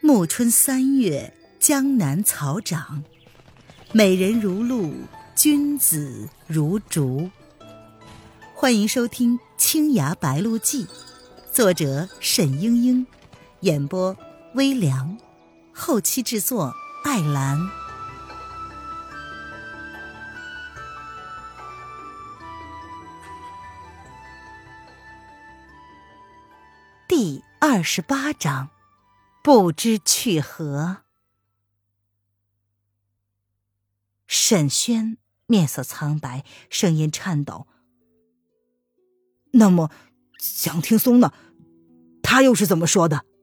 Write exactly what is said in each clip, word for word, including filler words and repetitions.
暮春三月，江南草长，美人如露，君子如竹。欢迎收听《青崖白鹿记》，作者沈英英，演播微凉，后期制作艾兰。第二十八章，不知去何。沈轩面色苍白，声音颤抖。 那么蒋听松呢？他又是怎么说的？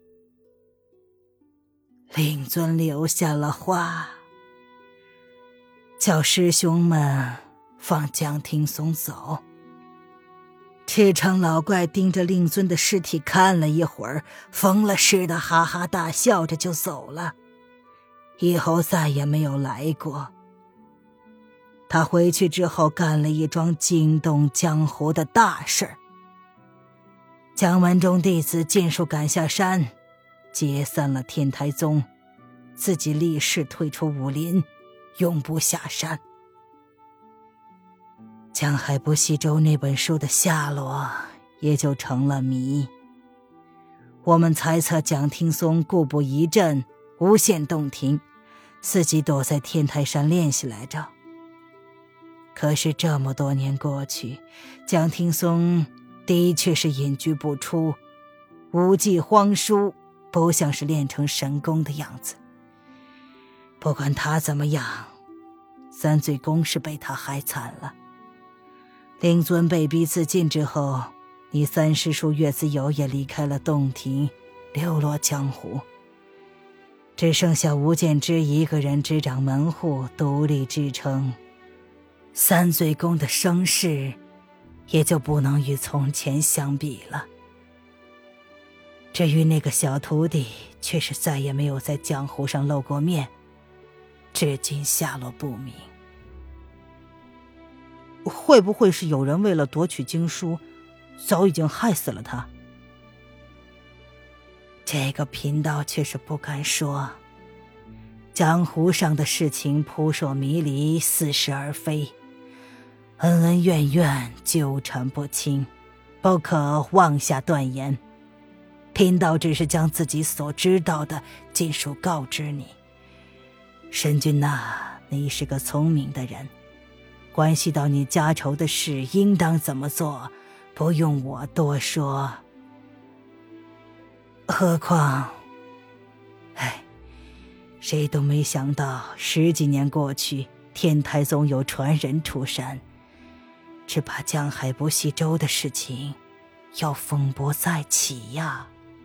令尊留下了话，叫师兄们放蒋听松走。赤城老怪盯着令尊的尸体看了一会儿，疯了似的哈哈大笑着就走了，以后再也没有来过。他回去之后干了一桩惊动江湖的大事，将门中弟子尽数赶下山，解散了天台宗，自己立誓退出武林，永不下山。江海不息舟那本书的下落也就成了谜。我们猜测蒋听松故布疑阵，无限洞庭，自己躲在天台山练习来着。可是这么多年过去，蒋听松的确是隐居不出，无迹荒疏，不像是练成神功的样子。不管他怎么样，三罪宫是被他害惨了。令尊被逼自尽之后，你三师叔岳子友也离开了洞庭，流落江湖，只剩下吴建之一个人执掌门户，独立支撑。三罪宫的声势也就不能与从前相比了。至于那个小徒弟，却是再也没有在江湖上露过面，至今下落不明。 会不会是有人为了夺取经书，早已经害死了他？ 这个贫道却是不敢说。江湖上的事情扑朔迷离，似是而非，恩恩怨怨，纠缠不清，不可妄下断言。贫道只是将自己所知道的尽数告知你。神君啊，你是个聪明的人，关系到你家仇的事应当怎么做，不用我多说。何况，唉，谁都没想到十几年过去，天台宗有传人出山，只怕江海不息舟的事情要风波再起呀。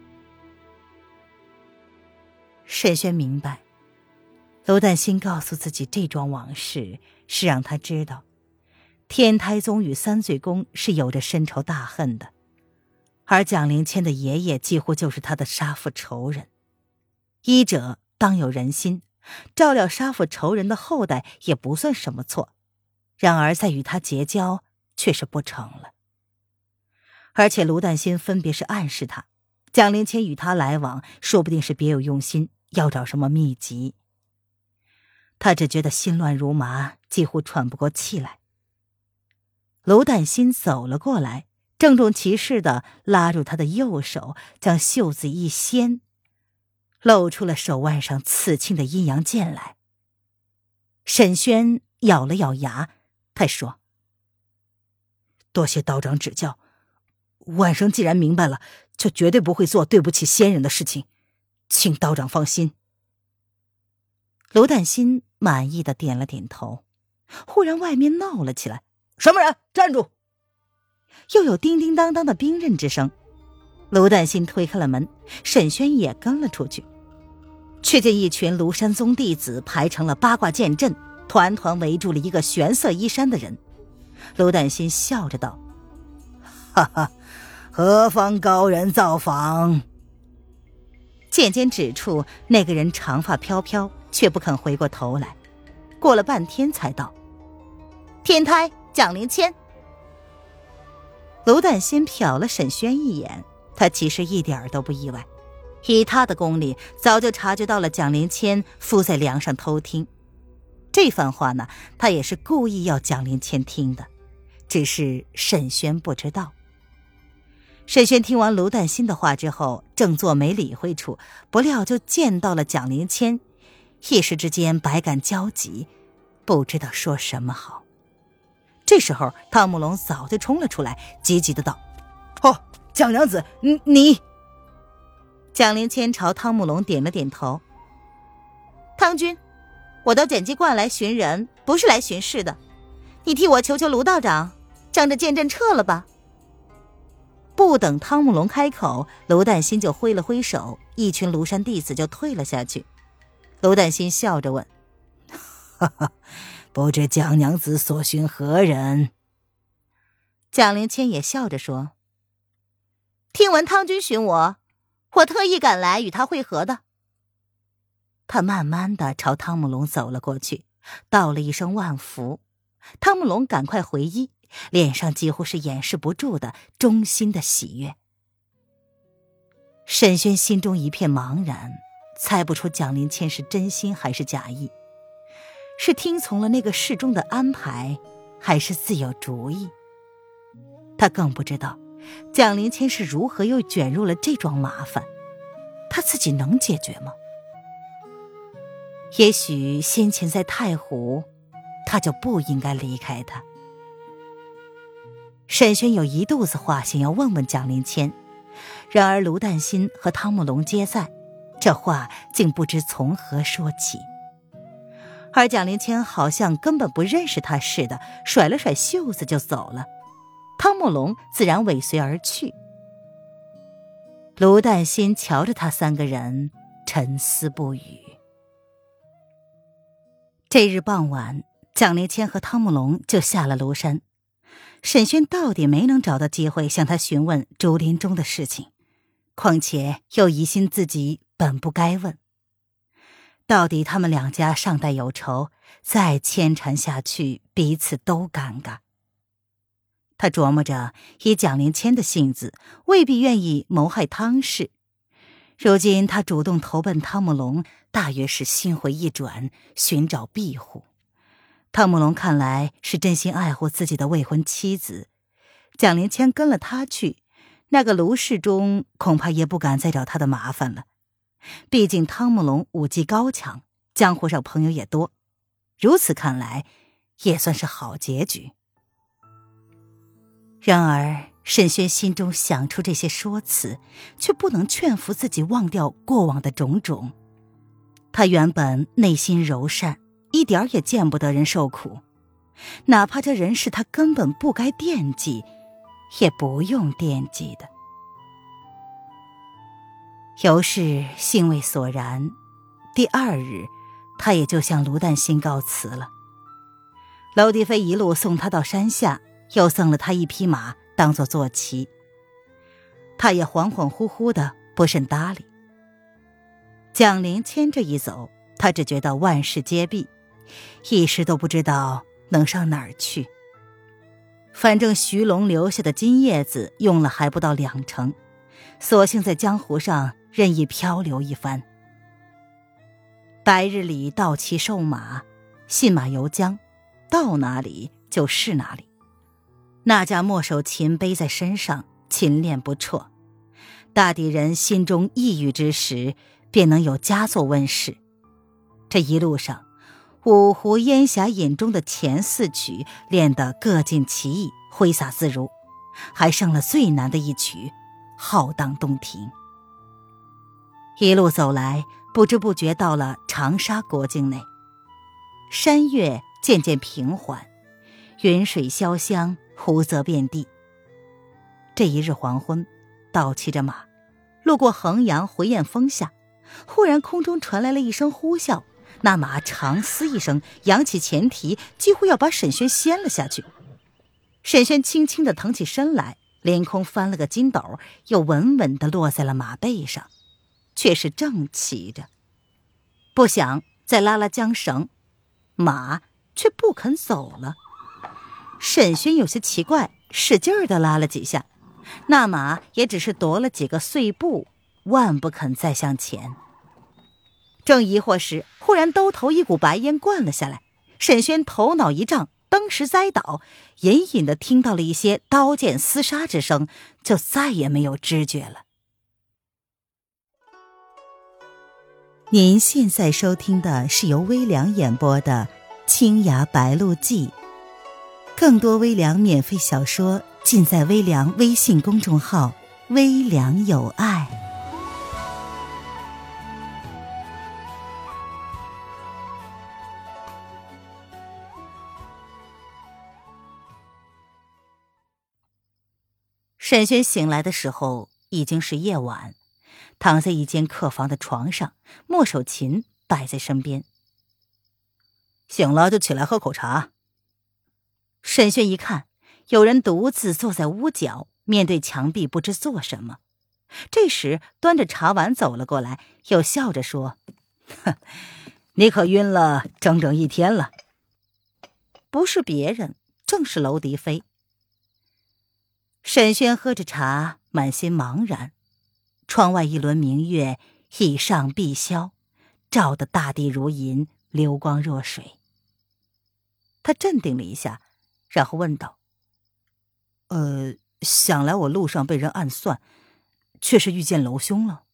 沈轩明白，娄旦心告诉自己这桩往事，是让他知道天台宗与三罪宫是有着深仇大恨的，而蒋灵谦的爷爷几乎就是他的杀父仇人。医者当有仁心，照料杀父仇人的后代也不算什么错，然而在与他结交却是不成了。而且卢旦心分别是暗示他，蒋灵谦与他来往说不定是别有用心，要找什么秘籍。他只觉得心乱如麻，几乎喘不过气来。娄旦心走了过来，郑重其事地拉住他的右手，将袖子一掀，露出了手腕上刺青的阴阳剑来。沈轩咬了咬牙，他说：多谢道长指教，晚生既然明白了，就绝对不会做对不起先人的事情，请道长放心。娄旦心满意的点了点头。忽然外面闹了起来， 什么人？站住！ 又有叮叮当当的兵刃之声。娄旦心推开了门，沈轩也跟了出去，却见一群庐山宗弟子排成了八卦剑阵，团团围住了一个玄色衣衫的人。娄旦心笑着道：哈哈，何方高人造访？剑尖指处，那个人长发飘飘，却不肯回过头来，过了半天才道：天台蒋灵谦。娄旦心瞟了沈轩一眼，他其实一点都不意外， 以他的功力，早就察觉到了蒋灵谦伏在梁上偷听。这番话呢，他也是故意要蒋灵谦听的，只是沈轩不知道。沈轩听完卢淡心的话之后，正坐没理会处，不料就见到了蒋灵谦，一时之间百感交集，不知道说什么好。这时候汤姆龙早就冲了出来，急急的道： 哦，蒋娘子，你你蒋灵谦朝汤姆龙点了点头：汤君，我到检机观来寻人，不是来巡视的，你替我求求卢道长，将这剑阵撤了吧。不等汤姆龙开口，卢淡心就挥了挥手，一群庐山弟子就退了下去。卢淡心笑着问： 哈哈，不知蒋娘子所寻何人？ 蒋灵谦也笑着说：听闻汤君寻我，我特意赶来与他会合的。他慢慢地朝汤姆龙走了过去，道了一声万福。汤姆龙赶快回揖，脸上几乎是掩饰不住的衷心的喜悦。沈轩心中一片茫然，猜不出蒋灵谦是真心还是假意，是听从了那个侍中的安排，还是自有主意。他更不知道蒋灵谦是如何又卷入了这桩麻烦，他自己能解决吗？也许先前在太湖，他就不应该离开他。沈轩有一肚子话想要问问蒋灵谦，然而卢淡心和汤姆龙皆在，这话竟不知从何说起。而蒋灵谦好像根本不认识他似的，甩了甩袖子就走了。汤姆龙自然尾随而去。卢淡心瞧着他三个人，沉思不语。这日傍晚，蒋灵谦和汤姆龙就下了庐山。沈轩到底没能找到机会向他询问竹林中的事情，况且又疑心自己本不该问。到底他们两家尚待有仇，再牵缠下去，彼此都尴尬。他琢磨着，以蒋灵谦的性子，未必愿意谋害汤氏。如今他主动投奔汤姆龙，大约是心回意转，寻找庇护。汤姆龙看来是真心爱护自己的未婚妻子，蒋灵谦跟了他去，那个卢氏中恐怕也不敢再找他的麻烦了。毕竟汤姆龙武技高强，江湖上朋友也多，如此看来也算是好结局。然而沈轩心中想出这些说辞，却不能劝服自己忘掉过往的种种。他原本内心柔善，一点也见不得人受苦，哪怕这人是他根本不该惦记，也不用惦记的。尤氏兴味索然，第二日他也就向卢淡心告辞了。娄迪飞一路送他到山下，又送了他一匹马当作坐骑，他也恍恍惚惚的不甚搭理。蒋灵谦这一走，他只觉得万事皆毕，一时都不知道能上哪儿去。反正徐龙留下的金叶子用了还不到两成，索性在江湖上任意漂流一番。白日里到骑瘦马，信马由缰，到哪里就是哪里。那架墨手琴背在身上，琴练不辍。大抵人心中抑郁之时，便能有佳作问世。这一路上，五湖烟霞引中的前四曲练得各尽其意，挥洒自如，还剩了最难的一曲，浩荡洞庭。一路走来，不知不觉到了长沙国境内，山岳渐渐平缓，云水潇湘，湖泽遍地。这一日黄昏，倒骑着马路过衡阳回雁峰下，忽然空中传来了一声呼啸，那马长嘶一声，扬起前蹄，几乎要把沈轩掀了下去。沈轩轻轻地腾起身来，凌空翻了个筋斗，又稳稳地落在了马背上，却是正骑着。不想再拉拉缰绳，马却不肯走了。沈轩有些奇怪，使劲儿地拉了几下，那马也只是踱了几个碎步， 万不肯再向前。正疑惑时，忽然兜头一股白烟灌了下来，沈轩头脑一胀，当时栽倒，隐隐地听到了一些刀剑厮杀之声，就再也没有知觉了。您现在收听的是由微凉演播的《青崖白鹿记》，更多微凉免费小说尽在微凉微信公众号“微凉有爱”。沈轩醒来的时候已经是夜晚，躺在一间客房的床上，墨手琴摆在身边。醒了就起来喝口茶。沈轩一看，有人独自坐在屋角，面对墙壁不知做什么。这时端着茶碗走了过来，又笑着说：哼，你可晕了整整一天了。不是别人，正是娄迪飞。沈轩喝着茶，满心茫然。窗外一轮明月以上碧霄，照得大地如银，流光若水。他镇定了一下，然后问道：呃，想来我路上被人暗算，却是遇见娄兄了。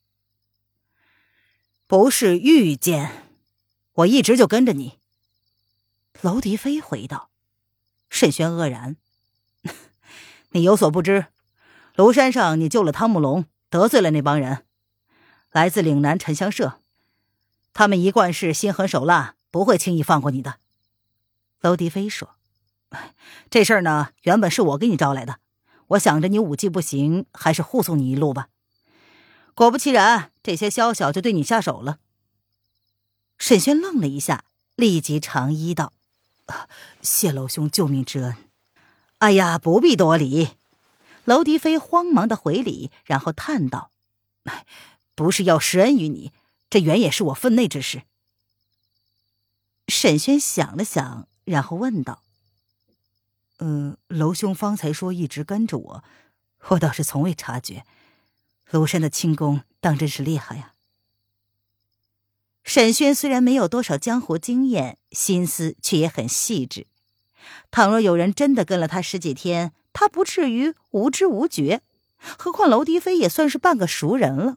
不是遇见，我一直就跟着你。娄迪飞回道。沈轩愕然：你有所不知，庐山上你救了汤姆龙，得罪了那帮人，来自岭南沉香社，他们一贯是心狠手辣，不会轻易放过你的。娄迪飞说：这事儿呢，原本是我给你招来的，我想着你武技不行，还是护送你一路吧。果不其然，这些宵小就对你下手了。沈轩愣了一下，立即长揖道：谢娄兄救命之恩。哎呀，不必多礼。娄迪飞慌忙的回礼，然后叹道：不是要施恩于你，这原也是我分内之事。沈轩想了想，然后问道：嗯，娄兄方才说一直跟着我，我倒是从未察觉，庐山的轻功当真是厉害呀。沈轩虽然没有多少江湖经验，心思却也很细致。倘若有人真的跟了他十几天，他不至于无知无觉，何况娄迪飞也算是半个熟人了。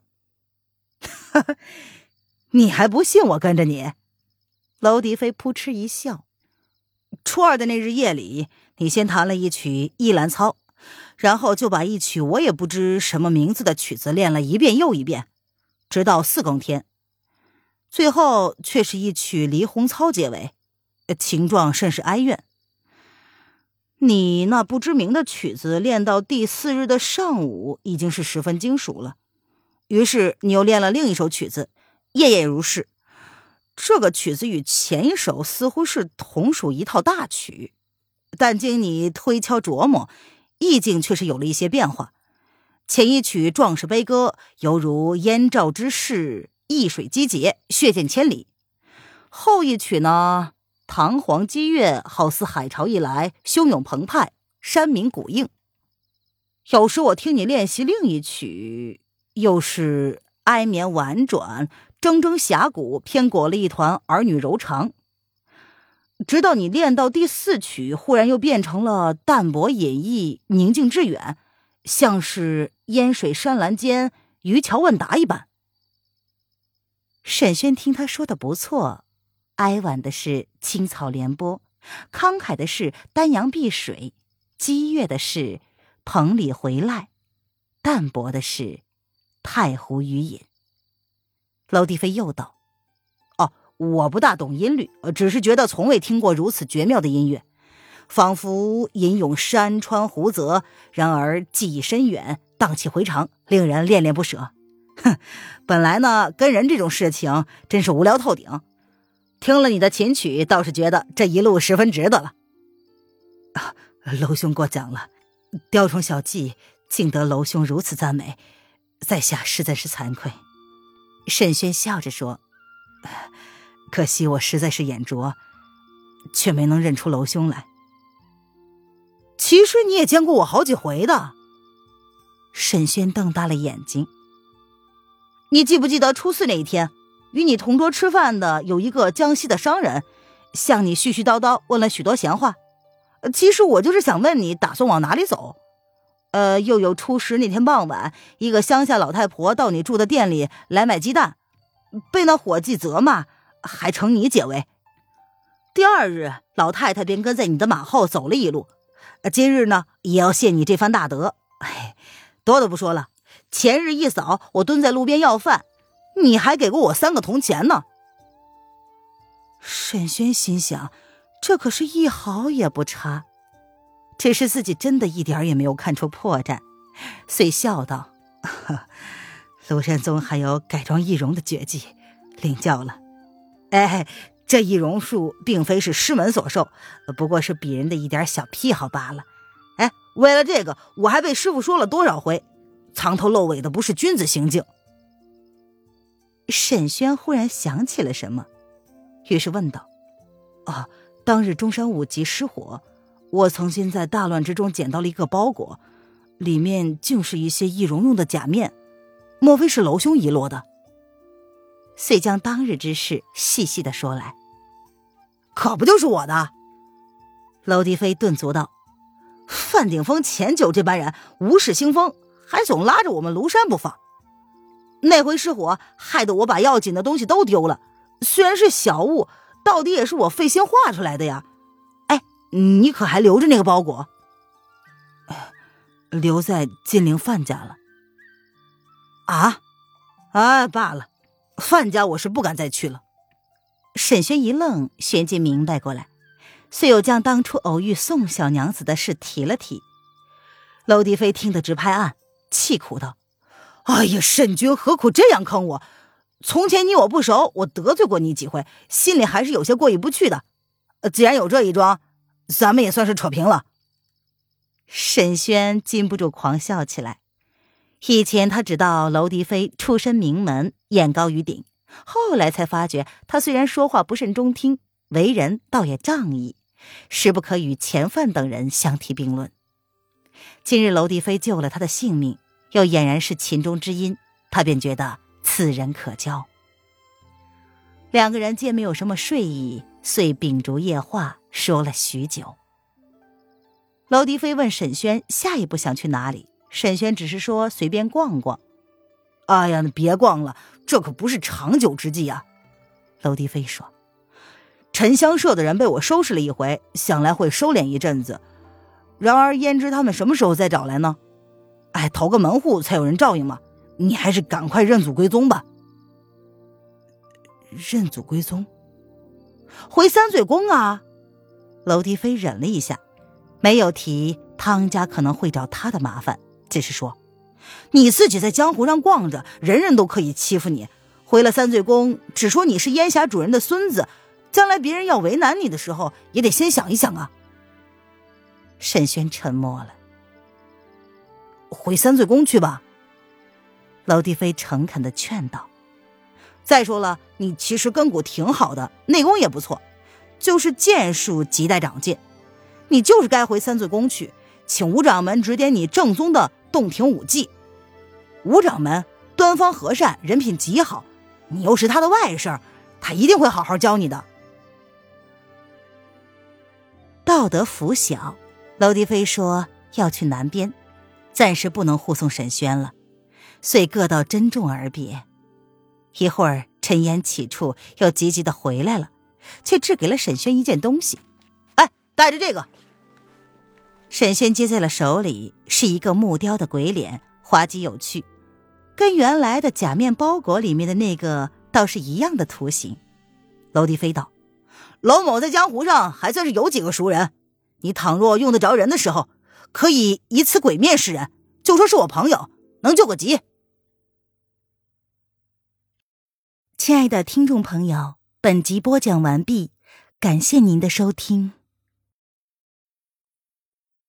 你还不信我跟着你？娄迪飞扑哧一笑。初二的那日夜里，你先弹了一曲依兰操，然后就把一曲我也不知什么名字的曲子练了一遍又一遍，直到四更天，最后却是一曲离鸿操结尾，情状甚是哀怨。你那不知名的曲子练到第四日的上午已经是十分精熟了，于是你又练了另一首曲子，夜夜如是。这个曲子与前一首似乎是同属一套大曲，但经你推敲琢磨，意境却是有了一些变化。前一曲壮士悲歌，犹如燕赵之势，易水击节，血溅千里；后一曲呢，堂皇激越，好似海潮一来，汹涌澎湃，山鸣谷应。有时我听你练习另一曲，又是哀绵婉转，铮铮峡谷，偏裹了一团儿女柔肠。直到你练到第四曲，忽然又变成了淡泊隐逸，宁静致远，像是烟水山岚间，渔樵问答一般。沈轩听他说的不错，哀婉的是青草连波，慷慨的是丹阳碧水，激越的是蓬里回来，淡泊的是太湖余饮。娄迪飞又道：哦，我不大懂音律，只是觉得从未听过如此绝妙的音乐，仿佛吟咏山川湖泽，然而记忆深远，荡气回肠，令人恋恋不舍。哼，本来呢，跟人这种事情真是无聊透顶，听了你的琴曲，倒是觉得这一路十分值得了。啊，娄兄过奖了，雕虫小技竟得娄兄如此赞美，在下实在是惭愧。沈轩笑着说：可惜我实在是眼拙，却没能认出娄兄来。其实你也见过我好几回的。沈轩瞪大了眼睛。 你记不记得初四那一天，与你同桌吃饭的有一个江西的商人，向你絮絮叨叨问了许多闲话。其实我就是想问你打算往哪里走。呃，又有初十那天傍晚，一个乡下老太婆到你住的店里来买鸡蛋，被那伙计责骂，还称你解围。第二日，老太太便跟在你的马后走了一路。今日呢，也要谢你这番大德。哎，多的不说了，前日一早我蹲在路边要饭，你还给过我三个铜钱呢。 沈轩心想，这可是一毫也不差，只是自己真的一点也没有看出破绽，遂笑道：庐山宗还有改装易容的绝技，领教了。 哎，这易容术并非是师门所授，不过是鄙人的一点小癖好罢了。哎，为了这个，我还被师傅说了多少回，藏头露尾的不是君子行径。 沈轩忽然想起了什么，于是问道：啊，当日中山五级失火，我曾经在大乱之中捡到了一个包裹，里面竟是一些易容用的假面，莫非是楼兄遗落的？遂将当日之事细细地说来。 可不就是我的？ 娄迪飞顿足道： 范鼎峰、钱九这般人无事兴风，还总拉着我们庐山不放。那回失火，害得我把要紧的东西都丢了，虽然是小物，到底也是我费心画出来的呀。哎，你可还留着那个包裹？ 留在金陵范家了。 啊？啊，罢了，范家我是不敢再去了。 沈轩一愣，旋即明白过来，遂又将当初偶遇宋小娘子的事提了提。娄迪飞听得直拍案，气苦道： 哎呀，沈君何苦这样坑我？从前你我不熟，我得罪过你几回，心里还是有些过意不去的。既然有这一桩，咱们也算是扯平了。 沈轩禁不住狂笑起来。以前他只道娄迪飞出身名门，眼高于顶，后来才发觉他虽然说话不甚中听，为人倒也仗义，实不可与钱范等人相提并论。今日娄迪飞救了他的性命，又俨然是秦中之音，他便觉得此人可交。两个人皆没有什么睡意，遂秉烛夜话，说了许久。娄迪飞问沈轩下一步想去哪里，沈轩只是说随便逛逛。 哎呀，别逛了，这可不是长久之计啊。 娄迪飞说： 沉香社的人被我收拾了一回，想来会收敛一阵子，然而焉知他们什么时候再找来呢？哎，投个门户才有人照应嘛，你还是赶快认祖归宗吧。 认祖归宗？ 回三醉宫啊。 娄迪飞忍了一下，没有提汤家可能会找他的麻烦，只是说： 你自己在江湖上逛着，人人都可以欺负你，回了三醉宫，只说你是烟霞主人的孙子，将来别人要为难你的时候，也得先想一想啊。 沈轩沉默了。 回三醉宫去吧。 娄迪飞诚恳地劝道。 再说了，你其实根骨挺好的，内功也不错，就是剑术亟待长进，你就是该回三醉宫去，请吴掌门指点你正宗的洞庭武技。吴掌门端方和善，人品极好，你又是他的外甥，他一定会好好教你的。 道德拂晓，娄迪飞说要去南边，暂时不能护送沈轩了，遂各道珍重而别。一会儿尘烟起处，又急急地回来了，却掷给了沈轩一件东西。 哎，带着这个。 沈轩接在了手里，是一个木雕的鬼脸，滑稽有趣，跟原来的假面包裹里面的那个倒是一样的图形。娄迪飞道： 娄某在江湖上还算是有几个熟人，你倘若用得着人的时候，可以以此鬼面示人，就说是我朋友，能救个急。 亲爱的听众朋友，本集播讲完毕，感谢您的收听。